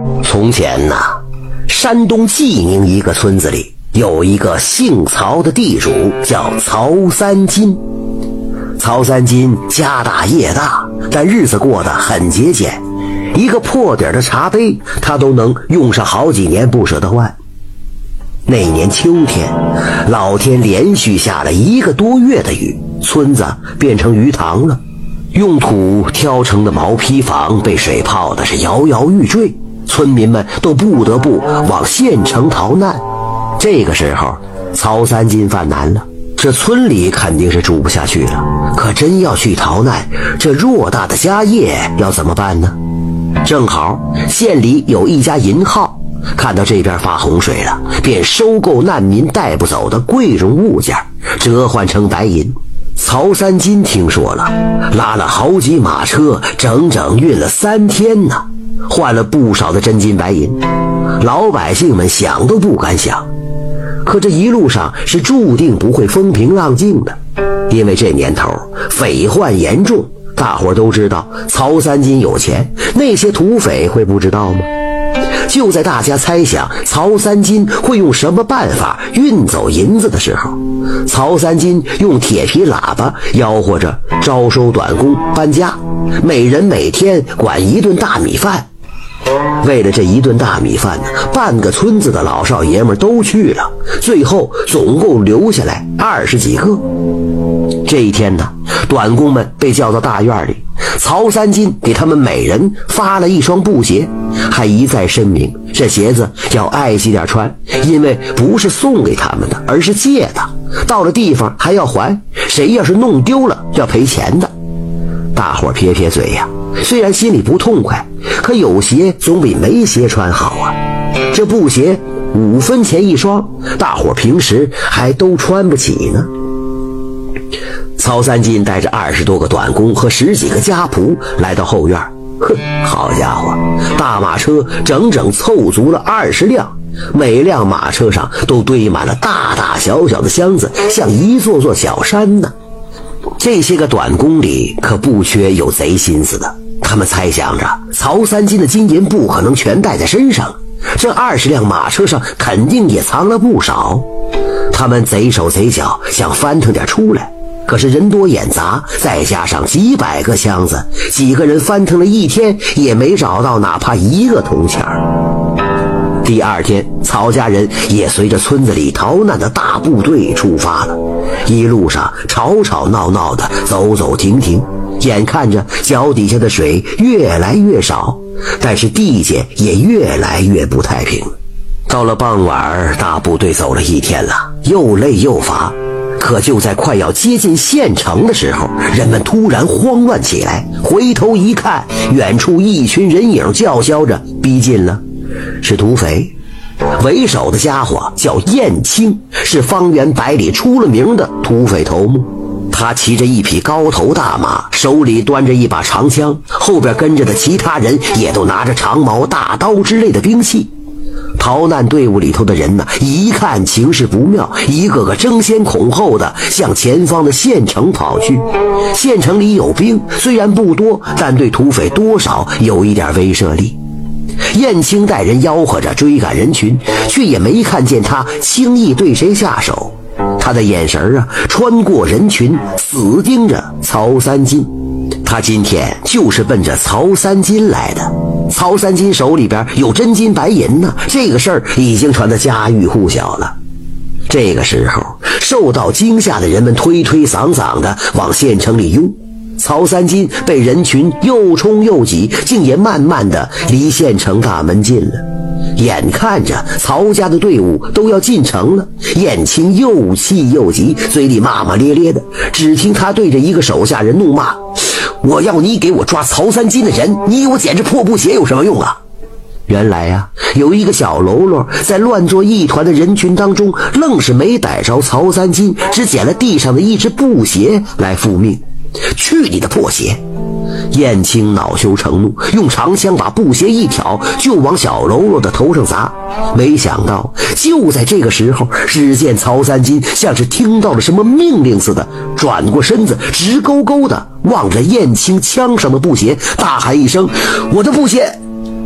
从前呐，山东济宁一个村子里有一个姓曹的地主，叫曹三金。曹三金家大业大，但日子过得很节俭，一个破底的茶杯他都能用上好几年不舍得换。那年秋天，老天连续下了1个多月的雨，村子变成鱼塘了，用土挑成的毛坯房被水泡的是摇摇欲坠，村民们都不得不往县城逃难。这个时候曹三金犯难了，这村里肯定是住不下去了，可真要去逃难，这偌大的家业要怎么办呢？正好县里有一家银号看到这边发洪水了，便收购难民带不走的贵重物件，折换成白银。曹三金听说了，拉了好几马车，整整运了3天呢，换了不少的真金白银。老百姓们想都不敢想，可这一路上是注定不会风平浪静的，因为这年头匪患严重，大伙都知道曹三金有钱，那些土匪会不知道吗？就在大家猜想曹三金会用什么办法运走银子的时候，曹三金用铁皮喇叭吆喝着招收短工搬家，每人每天管1顿大米饭。为了这1顿大米饭呢，半个村子的老少爷们都去了，最后总共留下来20几个。这一天呢，短工们被叫到大院里，曹三金给他们每人发了1双布鞋，还一再声明这鞋子要爱惜点穿，因为不是送给他们的，而是借的，到了地方还要还，谁要是弄丢了要赔钱的。大伙撇撇嘴呀，虽然心里不痛快，可有鞋总比没鞋穿好啊。这布鞋5分钱1双，大伙平时还都穿不起呢。曹三金带着20多个短工和10几个家仆来到后院，好家伙，大马车整整凑足了20辆，每辆马车上都堆满了大大小小的箱子，像一座座小山呢。这些个短工里可不缺有贼心思的，他们猜想着曹三金的金银不可能全带在身上，这20辆马车上肯定也藏了不少。他们贼手贼脚想翻腾点出来，可是人多眼杂，再加上几百个箱子，几个人翻腾了1天也没找到哪怕1个铜钱。第2天，曹家人也随着村子里逃难的大部队出发了，一路上吵吵闹闹的，走走停停，眼看着脚底下的水越来越少，但是地界也越来越不太平。到了傍晚，大部队走了1天了，又累又乏，可就在快要接近县城的时候，人们突然慌乱起来，回头一看，远处一群人影叫嚣着逼近了，是土匪。为首的家伙叫燕青，是方圆100里出了名的土匪头目。他骑着一匹高头大马，手里端着一把长枪，后边跟着的其他人也都拿着长矛、大刀之类的兵器。逃难队伍里头的人呢，一看情势不妙，一个个争先恐后的向前方的县城跑去。县城里有兵，虽然不多，但对土匪多少有一点威慑力。燕青带人吆喝着追赶人群，却也没看见他轻易对谁下手。他的眼神穿过人群，死盯着曹三金。他今天就是奔着曹三金来的。曹三金手里边有真金白银呢，这个事儿已经传得家喻户晓了。这个时候，受到惊吓的人们推推搡搡的往县城里拥。曹三金被人群又冲又挤，竟也慢慢的离县城大门近了。眼看着曹家的队伍都要进城了，燕青又气又急，嘴里骂骂咧咧的。只听他对着一个手下人怒骂：“我要你给我抓曹三金的人，你我捡着破布鞋有什么用啊？”原来呀，有一个小喽啰在乱作一团的人群当中，愣是没逮着曹三金，只捡了地上的一只布鞋来复命。去你的破鞋！燕青恼羞成怒，用长枪把布鞋一挑，就往小喽啰的头上砸。没想到就在这个时候，只见曹三金像是听到了什么命令似的，转过身子，直勾勾的望着燕青枪上的布鞋，大喊一声：“我的布鞋！”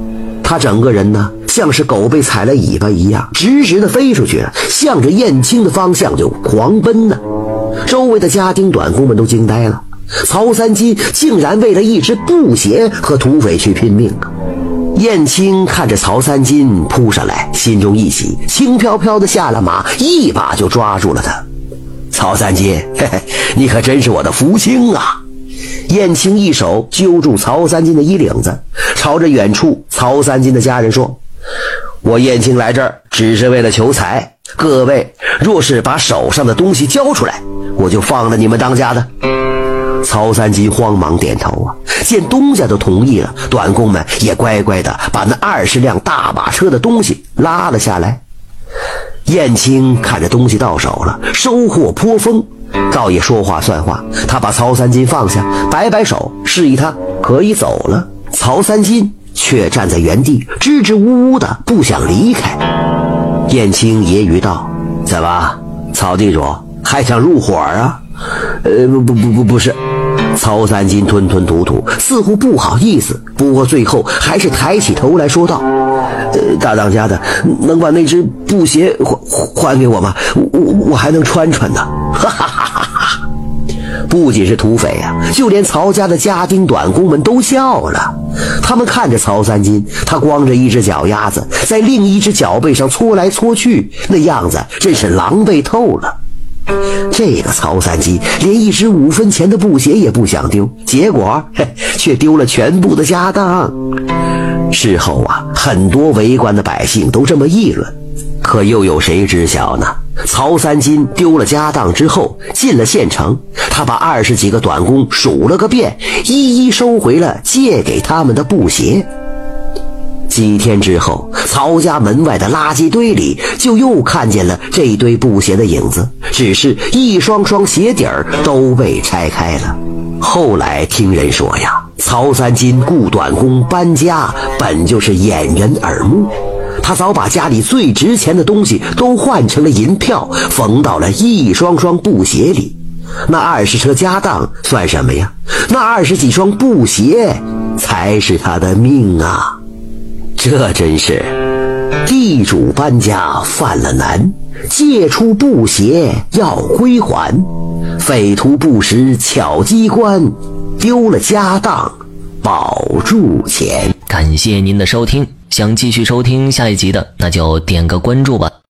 他整个人呢像是狗被踩了尾巴一样，直直的飞出去了，向着燕青的方向就狂奔呢。周围的家丁短工们都惊呆了，曹三金竟然为了一只布鞋和土匪去拼命啊！燕青看着曹三金扑上来，心中一喜，轻飘飘的下了马，一把就抓住了他。曹三金，嘿嘿，你可真是我的福星啊！燕青一手揪住曹三金的衣领子，朝着远处曹三金的家人说：我燕青来这儿只是为了求财，各位若是把手上的东西交出来，我就放了你们当家的。曹三金慌忙点头啊，见东家都同意了，短工们也乖乖的把那20辆大马车的东西拉了下来。燕青看着东西到手了，收获颇丰，倒也说话算话，他把曹三金放下，摆摆手示意他可以走了。曹三金却站在原地支支吾吾的不想离开。燕青揶揄道：怎么，曹地主还想入伙啊？不是。曹三金吞吞吐吐，似乎不好意思，不过最后还是抬起头来说道：大当家的，能把那只布鞋还给我吗？我还能穿穿呢。哈哈哈哈哈！不仅是土匪啊，就连曹家的家丁短工们都笑了。他们看着曹三金，他光着一只脚丫子在另一只脚背上搓来搓去，那样子真是狼狈透了。这个曹三金连一只5分钱的布鞋也不想丢，结果却丢了全部的家当。事后啊，很多围观的百姓都这么议论，可又有谁知晓呢？曹三金丢了家当之后，进了县城，他把20几个短工数了个遍，一一收回了借给他们的布鞋。几天之后，曹家门外的垃圾堆里就又看见了这堆布鞋的影子，只是一双双鞋底儿都被拆开了。后来听人说呀，曹三金雇短工搬家本就是掩人耳目，他早把家里最值钱的东西都换成了银票，缝到了一双双布鞋里。那20车家当算什么呀？那20几双布鞋才是他的命啊！这真是地主搬家犯了难，借出布鞋要归还，匪徒不识巧机关，丢了家当保住钱。 感谢您的收听，想继续收听下一集的，那就点个关注吧。